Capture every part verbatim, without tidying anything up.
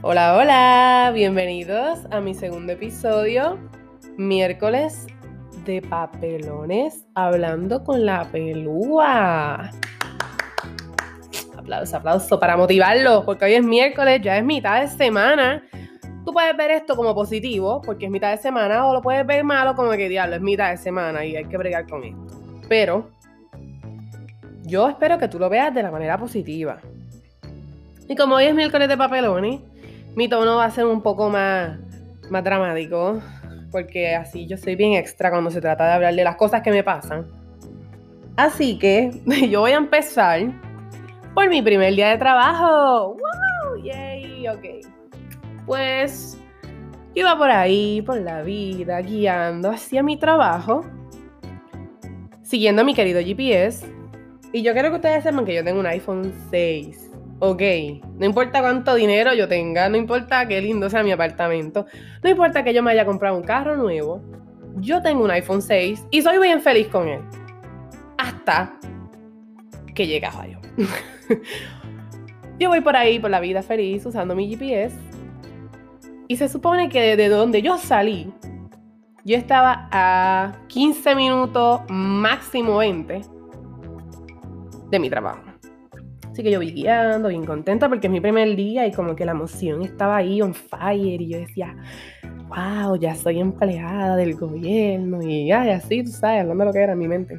Hola, hola, bienvenidos a mi segundo episodio, miércoles de papelones, hablando con la pelúa. Aplauso, aplauso para motivarlos, porque hoy es miércoles, ya es mitad de semana. Tú puedes ver esto como positivo, porque es mitad de semana, o lo puedes ver malo como que diablo, es mitad de semana y hay que bregar con esto. Pero yo espero que tú lo veas de la manera positiva. Y como hoy es miércoles de papelones, mi tono va a ser un poco más, más dramático, porque así yo soy bien extra cuando se trata de hablar de las cosas que me pasan. Así que yo voy a empezar por mi primer día de trabajo. ¡Wow! ¡Yay! Ok. Pues yo iba por ahí, por la vida, guiando hacia mi trabajo, siguiendo a mi querido G P S. Y yo quiero que ustedes sepan que yo tengo un iPhone seis. Ok, no importa cuánto dinero yo tenga, no importa qué lindo sea mi apartamento, no importa que yo me haya comprado un carro nuevo, yo tengo un iPhone seis y soy bien feliz con él. Hasta que llega fallo. Yo voy por ahí, por la vida feliz, usando mi G P S. Y se supone que desde donde yo salí, yo estaba a quince minutos, máximo veinte, de mi trabajo. Así que yo vi guiando, bien contenta porque es mi primer día y como que la emoción estaba ahí on fire y yo decía, wow, ya soy empleada del gobierno y ay, así, tú sabes, hablando de lo que era en mi mente.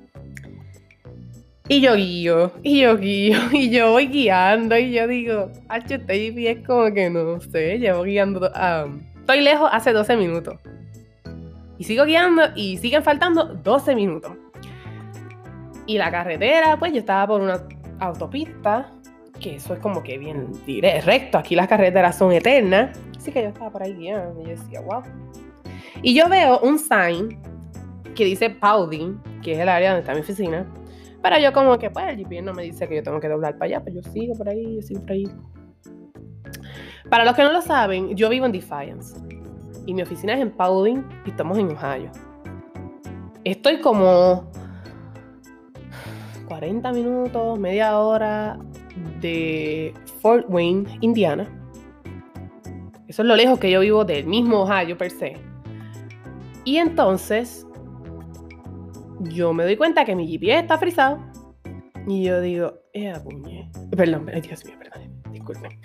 Y yo guío, y yo guío, y yo voy guiando y yo digo, H T P es como que no sé, llevo guiando, um, estoy lejos hace doce minutos. Y sigo guiando y siguen faltando doce minutos. Y la carretera, pues yo estaba por una autopista, que eso es como que bien recto, aquí las carreteras son eternas, así que yo estaba por ahí guiando y yo decía, wow. Y yo veo un sign que dice Paulding, que es el área donde está mi oficina, pero yo como que, pues el G P S no me dice que yo tengo que doblar para allá, pero yo sigo por ahí, yo sigo por ahí. Para los que no lo saben, yo vivo en Defiance, y mi oficina es en Paulding, y estamos en Ohio. Estoy como cuarenta minutos, media hora de Fort Wayne, Indiana. Eso es lo lejos que yo vivo del mismo Ohio per se. Y entonces yo me doy cuenta que mi G P S está frisado y yo digo, eh, puñe. Perdón, ay, Dios mío, perdón, disculpen.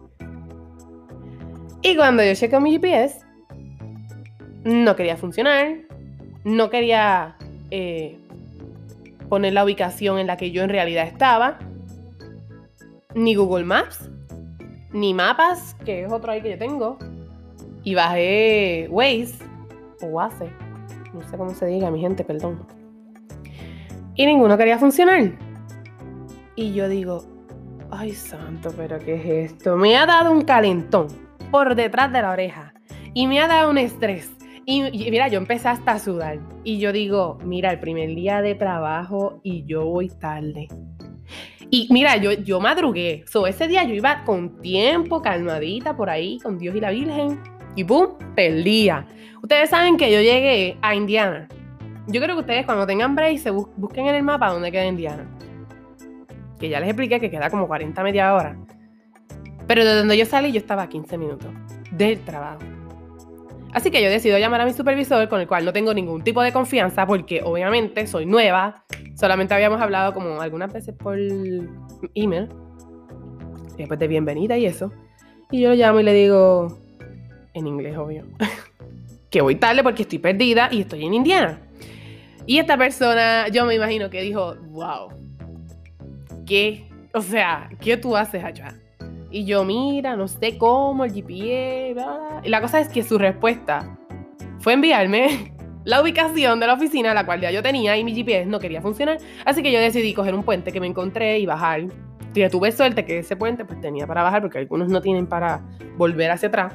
Y cuando yo chequeo mi G P S, no quería funcionar, no quería eh, poner la ubicación en la que yo en realidad estaba, ni Google Maps, ni Mapas, que es otro ahí que yo tengo, y bajé Waze, o Waze, no sé cómo se diga, mi gente, perdón. Y ninguno quería funcionar. Y yo digo, ay santo, pero ¿qué es esto? Me ha dado un calentón por detrás de la oreja, y me ha dado un estrés. Y, y mira, yo empecé hasta a sudar. Y yo digo, mira, el primer día de trabajo y yo voy tarde. Y mira, yo, yo madrugué. So, ese día yo iba con tiempo, calmadita por ahí, con Dios y la Virgen. Y ¡pum! Perdía. Ustedes saben que yo llegué a Indiana. Yo creo que ustedes cuando tengan break se bus- busquen en el mapa dónde queda Indiana. Que ya les expliqué que queda como cuarenta, media hora. Pero de donde yo salí yo estaba a quince minutos del trabajo. Así que yo decido llamar a mi supervisor, con el cual no tengo ningún tipo de confianza porque obviamente soy nueva. Solamente habíamos hablado como algunas veces por email, después de bienvenida y eso. Y yo lo llamo y le digo, en inglés obvio, que voy tarde porque estoy perdida y estoy en Indiana. Y esta persona, yo me imagino que dijo, wow, ¿qué? O sea, ¿qué tú haces allá? Y yo, mira, no sé cómo, el G P S, bla, bla. Y la cosa es que su respuesta fue enviarme la ubicación de la oficina, la cual ya yo tenía, y mi G P S no quería funcionar. Así que yo decidí coger un puente que me encontré y bajar. Y tuve suerte que ese puente pues tenía para bajar, porque algunos no tienen para volver hacia atrás.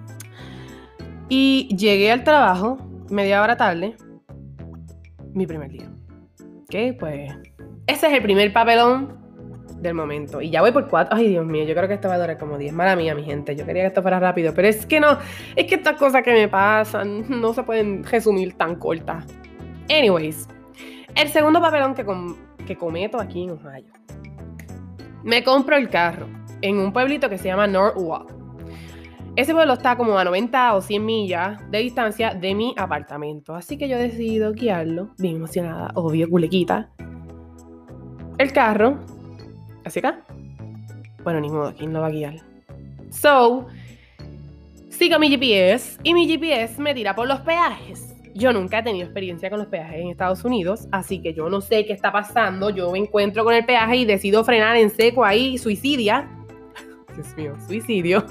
Y llegué al trabajo media hora tarde, mi primer día. Ok, pues ese es el primer papelón del momento. Y ya voy por cuatro. Ay, Dios mío, yo creo que esto va a durar como diez. Mala mía, mi gente. Yo quería que esto fuera rápido, pero es que no. Es que estas cosas que me pasan no se pueden resumir tan cortas. Anyways, el segundo papelón que, com que cometo aquí en Ohio. Me compro el carro en un pueblito que se llama Norwalk. Ese pueblo está como a noventa o cien millas de distancia de mi apartamento. Así que yo he decidido guiarlo, bien emocionada, obvio, culequita. El carro, hacia acá. Bueno, ni modo, ¿quién lo va a guiar? So, sigo mi G P S y mi G P S me tira por los peajes. Yo nunca he tenido experiencia con los peajes en Estados Unidos, así que yo no sé qué está pasando. Yo me encuentro con el peaje y decido frenar en seco ahí, suicidia. Dios mío, suicidio.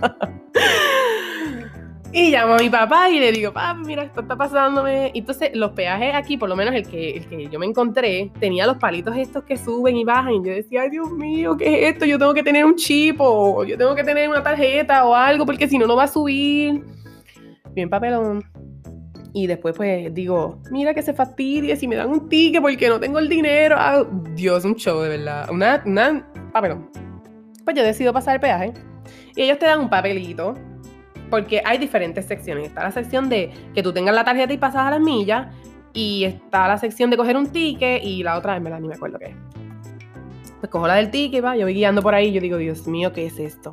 Y llamo a mi papá y le digo, papi, mira, esto está pasándome. Entonces, los peajes aquí, por lo menos el que, el que yo me encontré, tenía los palitos estos que suben y bajan. Y yo decía, ay, Dios mío, ¿qué es esto? Yo tengo que tener un chip o yo tengo que tener una tarjeta o algo, porque si no, no va a subir. Bien papelón. Y después, pues, digo, mira que se fastidie si me dan un ticket porque no tengo el dinero. Ah, Dios, un show, de verdad. Una, una papelón. Pues yo decido pasar el peaje. Y ellos te dan un papelito. Porque hay diferentes secciones. Está la sección de que tú tengas la tarjeta y pasas a las millas. Y está la sección de coger un ticket. Y la otra, en verdad, ni me acuerdo qué es. Pues cojo la del ticket, va. Yo voy guiando por ahí y yo digo, Dios mío, ¿qué es esto?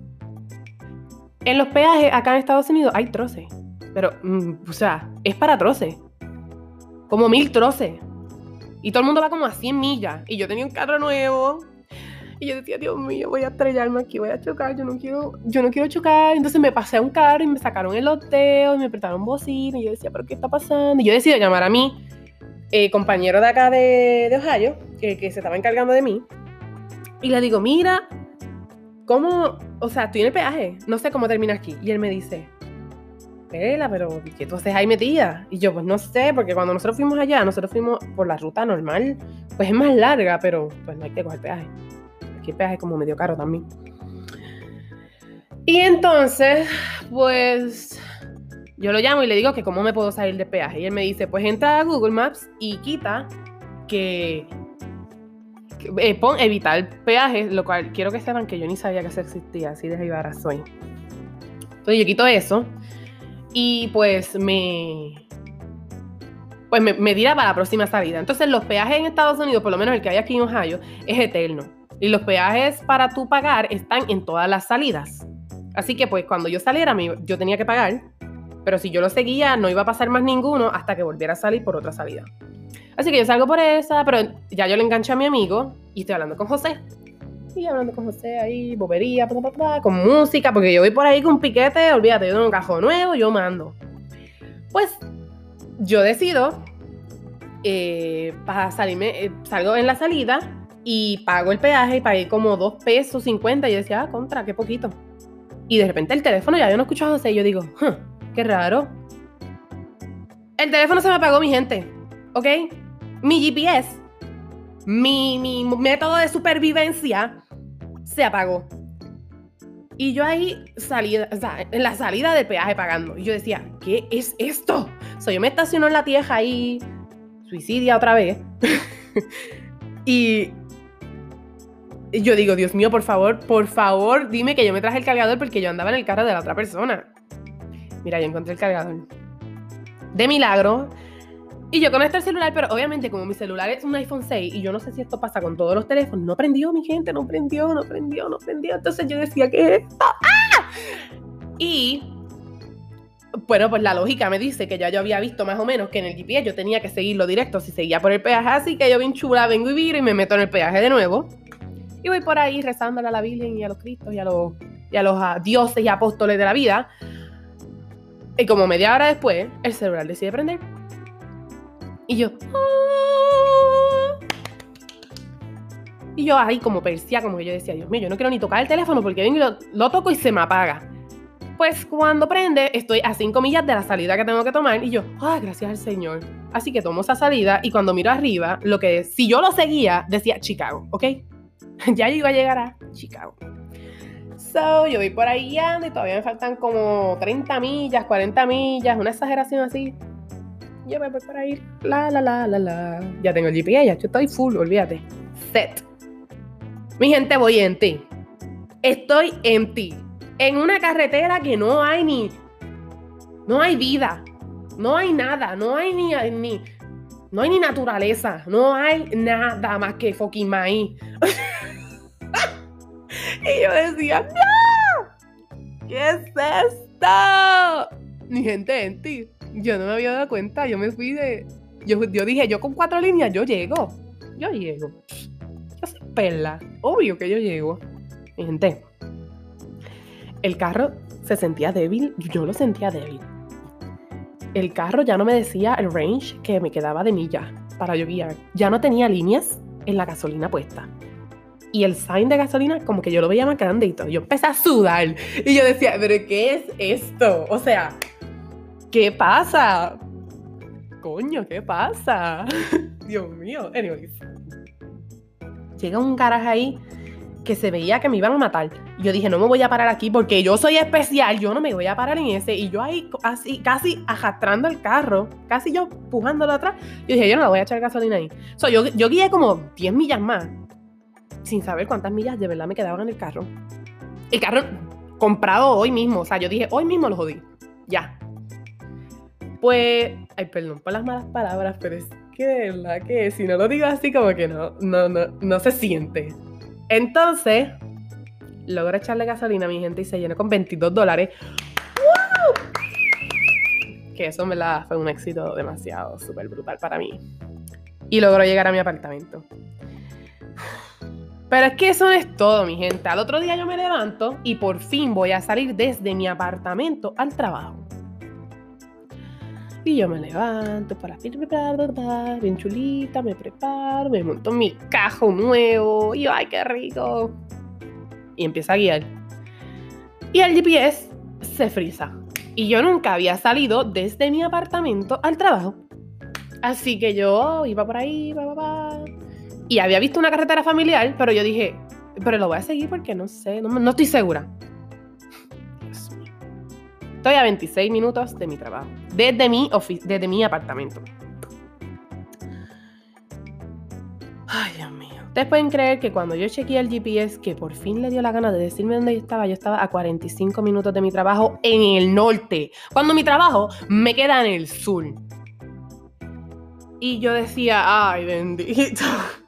En los peajes acá en Estados Unidos hay troces. Pero, mm, o sea, es para troces. Como mil troces. Y todo el mundo va como a cien millas. Y yo tenía un carro nuevo. Y yo decía, Dios mío, voy a estrellarme aquí, voy a chocar, yo no quiero, yo no quiero chocar. Entonces me pasé a un carro y me sacaron el loteo y me apretaron bocina. Y yo decía, ¿pero qué está pasando? Y yo decidí llamar a mi eh, compañero de acá de, de Ohio, que, que se estaba encargando de mí. Y le digo, mira, ¿cómo? O sea, estoy en el peaje, no sé cómo termina aquí. Y él me dice, Pela, pero ¿qué tú haces ahí metida? Y yo, pues no sé, porque cuando nosotros fuimos allá, nosotros fuimos por la ruta normal, pues es más larga, pero pues no hay que coger peaje. Aquí el peaje es como medio caro también. Y entonces, pues, yo lo llamo y le digo que cómo me puedo salir del peaje. Y él me dice, pues entra a Google Maps y quita que, que eh, pon evitar peaje, lo cual quiero que sepan que yo ni sabía que eso existía, así de jibara soy. Entonces yo quito eso y pues me... pues me, me tira para la próxima salida. Entonces los peajes en Estados Unidos, por lo menos el que hay aquí en Ohio, es eterno. Y los peajes para tú pagar están en todas las salidas. Así que pues cuando yo saliera, yo tenía que pagar. Pero si yo lo seguía, no iba a pasar más ninguno hasta que volviera a salir por otra salida. Así que yo salgo por esa, pero ya yo le enganché a mi amigo y estoy hablando con José. Y hablando con José ahí, bobería, pa, pa, pa, con música, porque yo voy por ahí con un piquete, olvídate, yo tengo un cajón nuevo, yo mando. Pues yo decido eh, para salirme, eh, salgo en la salida y pago el peaje y pagué como dos pesos cincuenta y yo decía, ah, contra, qué poquito. Y de repente el teléfono, ya yo no escucho a José y yo digo, huh, qué raro. El teléfono se me apagó, mi gente, ¿ok? Mi G P S, mi, mi método de supervivencia se apagó. Y yo ahí salí, o sea, en la salida del peaje pagando. Y yo decía, ¿qué es esto? O sea, yo me estaciono en la tieja ahí, suicidia otra vez. y... yo digo, Dios mío, por favor, por favor, dime que yo me traje el cargador porque yo andaba en el carro de la otra persona. Mira, yo encontré el cargador. De milagro. Y yo conecto el celular, pero obviamente como mi celular es un iPhone seis y yo no sé si esto pasa con todos los teléfonos, no prendió, mi gente, no prendió, no prendió, no prendió. Entonces yo decía, ¿qué es esto? ¡Ah! Y... bueno, pues la lógica me dice que ya yo había visto más o menos que en el G P S yo tenía que seguirlo directo si seguía por el peaje, así que yo bien chula vengo y viro y me meto en el peaje de nuevo. Y voy por ahí rezándole a la Virgen y a los Cristos y a los, y a los a dioses y apóstoles de la vida. Y como media hora después, el celular decide prender. Y yo... ¡ah! Y yo ahí como persia, como que yo decía, Dios mío, yo no quiero ni tocar el teléfono porque vengo y lo, lo toco y se me apaga. Pues cuando prende, estoy a cinco millas de la salida que tengo que tomar y yo, ¡ah, gracias al Señor! Así que tomo esa salida y cuando miro arriba, lo que si yo lo seguía, decía Chicago, ¿ok? Ya yo iba a llegar a Chicago. So, yo voy por ahí guiando y todavía me faltan como treinta millas, cuarenta millas, una exageración así. Yo me voy por ahí, la, la, la, la, la. Ya tengo el G P S, ya yo estoy full, olvídate. Set. Mi gente, voy en ti. Estoy en ti. En una carretera que no hay ni... no hay vida. No hay nada. No hay ni... ni no hay ni naturaleza. No hay nada más que fucking maíz. Y yo decía, ¡no! ¿Qué es esto? Mi gente, enti, yo no me había dado cuenta, yo me fui de... Yo, yo dije, yo con cuatro líneas, yo llego. Yo llego. Yo soy perla. Obvio que yo llego. Mi gente, el carro se sentía débil, yo lo sentía débil. El carro ya no me decía el range que me quedaba de millas para yo guiar. Ya no tenía líneas en la gasolina puesta. Y el sign de gasolina como que yo lo veía más grande y todo. Yo empecé a sudar. Y yo decía, ¿pero qué es esto? O sea, ¿qué pasa? Coño, ¿qué pasa? Dios mío. Anyways. Llega un garaje ahí que se veía que me iban a matar. Y yo dije, no me voy a parar aquí porque yo soy especial, yo no me voy a parar en ese. Y yo ahí así, casi arrastrando el carro, casi yo empujándolo atrás. Yo dije, yo no le voy a echar gasolina ahí. So, yo, yo guié como diez millas más, sin saber cuántas millas de verdad me quedaban en el carro. El carro comprado hoy mismo, o sea, yo dije, hoy mismo lo jodí. Ya. Pues, ay, perdón por las malas palabras, pero es que de verdad que si no lo digo así como que no, no, no, no se siente. Entonces, logré echarle gasolina a mi gente y se llenó con veintidós dólares. ¡Woo! Que eso me la fue un éxito demasiado, súper brutal para mí. Y logró llegar a mi apartamento. Pero es que eso no es todo, mi gente. Al otro día yo me levanto y por fin voy a salir desde mi apartamento al trabajo. Y yo me levanto para bien chulita, me preparo, me monto mi cajo nuevo. Y yo, ¡ay, qué rico! Y empiezo a guiar. Y el G P S se frisa. Y yo nunca había salido desde mi apartamento al trabajo. Así que yo iba por ahí, pa, pa, pa. Y había visto una carretera familiar, pero yo dije, pero lo voy a seguir porque no sé, no, no estoy segura. Dios mío. Estoy a veintiséis minutos de mi trabajo, desde mi, ofic- desde mi apartamento. Ay, Dios mío. Ustedes pueden creer que cuando yo chequeé el G P S, que por fin le dio la gana de decirme dónde yo estaba, yo estaba a cuarenta y cinco minutos de mi trabajo en el norte, cuando mi trabajo me queda en el sur. Y yo decía, ay, bendito.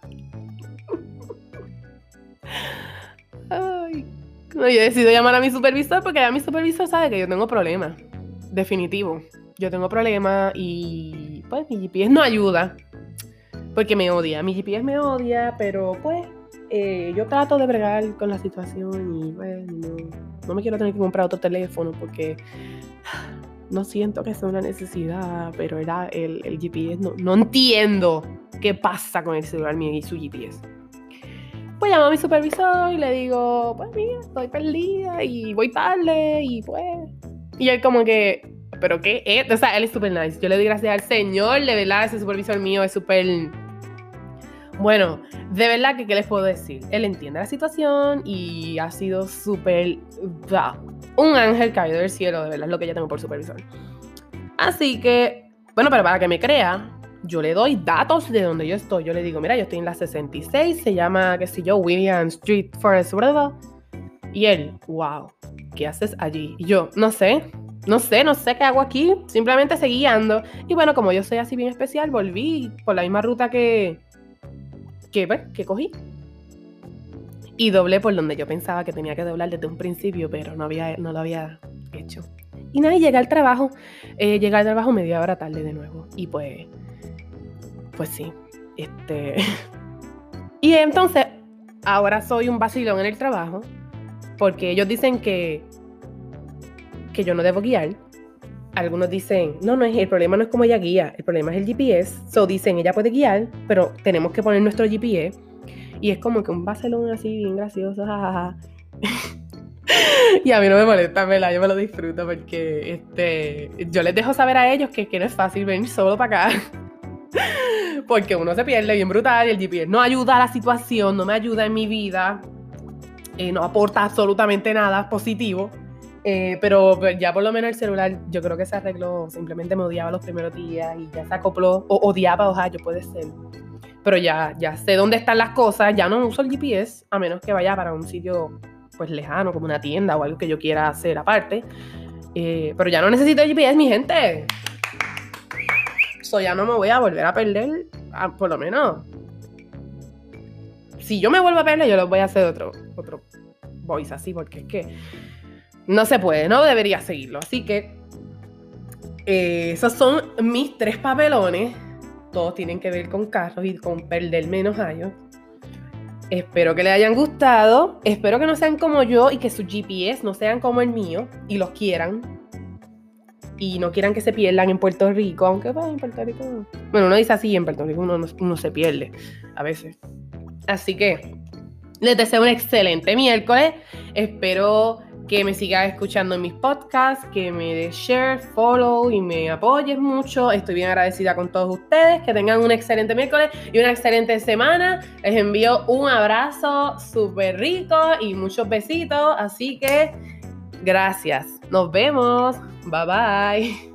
Ay. No, yo decido llamar a mi supervisor porque ya mi supervisor sabe que yo tengo problemas. Definitivo. Yo tengo problemas y pues mi G P S no ayuda. Porque me odia. Mi G P S me odia, pero pues eh, yo trato de bregar con la situación y pues no, no me quiero tener que comprar otro teléfono porque no siento que sea una necesidad, pero era el, el G P S. No, no entiendo qué pasa con el celular mío y su G P S. Pues llamo a mi supervisor y le digo, pues mira, estoy perdida y voy tarde y pues... Y él como que, ¿pero qué es? O sea, él es súper nice. Yo le doy gracias al Señor, de verdad, ese supervisor mío es súper... Bueno, de verdad que, ¿qué les puedo decir? Él entiende la situación y ha sido súper... un ángel caído del cielo, de verdad, es lo que yo tengo por supervisor. Así que, bueno, pero para que me crea... Yo le doy datos de donde yo estoy. Yo le digo, mira, yo estoy en la sesenta y seis, se llama, qué sé yo, William Street Forest, ¿verdad? Y él, wow, ¿qué haces allí? Y yo, no sé, no sé, no sé qué hago aquí. Simplemente seguí guiando. Y bueno, como yo soy así bien especial, volví por la misma ruta que, que, pues, que cogí. Y doblé por donde yo pensaba que tenía que doblar desde un principio, pero no, había, no lo había hecho. Y nada, y llegué al trabajo. Eh, llegué al trabajo media hora tarde de nuevo. Y pues... Pues sí, este... Y entonces, ahora soy un vacilón en el trabajo, porque ellos dicen que, que yo no debo guiar. Algunos dicen, no, no es el problema no es como ella guía, el problema es el G P S. So dicen, ella puede guiar, pero tenemos que poner nuestro G P S. Y es como que un vacilón así, bien gracioso, jajaja. Y a mí no me molesta, ¿verdad? Yo me lo disfruto porque este, yo les dejo saber a ellos que, que no es fácil venir solo para acá. Porque uno se pierde bien brutal y el G P S no ayuda a la situación, no me ayuda en mi vida, eh, no aporta absolutamente nada positivo, eh, pero pues, ya por lo menos el celular yo creo que se arregló, simplemente me odiaba los primeros días y ya se acopló, o odiaba, ojalá, yo puede ser, pero ya, ya sé dónde están las cosas, ya no uso el G P S, a menos que vaya para un sitio pues lejano, como una tienda o algo que yo quiera hacer aparte, eh, pero ya no necesito el G P S, mi gente. So, ya no me voy a volver a perder, a, por lo menos. Si yo me vuelvo a perder, yo les voy a hacer otro, otro voice así, porque es que no se puede, no debería seguirlo. Así que eh, esos son mis tres papelones. Todos tienen que ver con carros y con perder menos años. Espero que les hayan gustado. Espero que no sean como yo y que sus G P S no sean como el mío y los quieran. Y no quieran que se pierdan en Puerto Rico, aunque pues, en Puerto Rico... Bueno, uno dice así, en Puerto Rico uno, uno se pierde a veces. Así que les deseo un excelente miércoles. Espero que me sigas escuchando en mis podcasts, que me des share, follow y me apoyes mucho. Estoy bien agradecida con todos ustedes. Que tengan un excelente miércoles y una excelente semana. Les envío un abrazo súper rico y muchos besitos. Así que gracias. Nos vemos. Bye bye.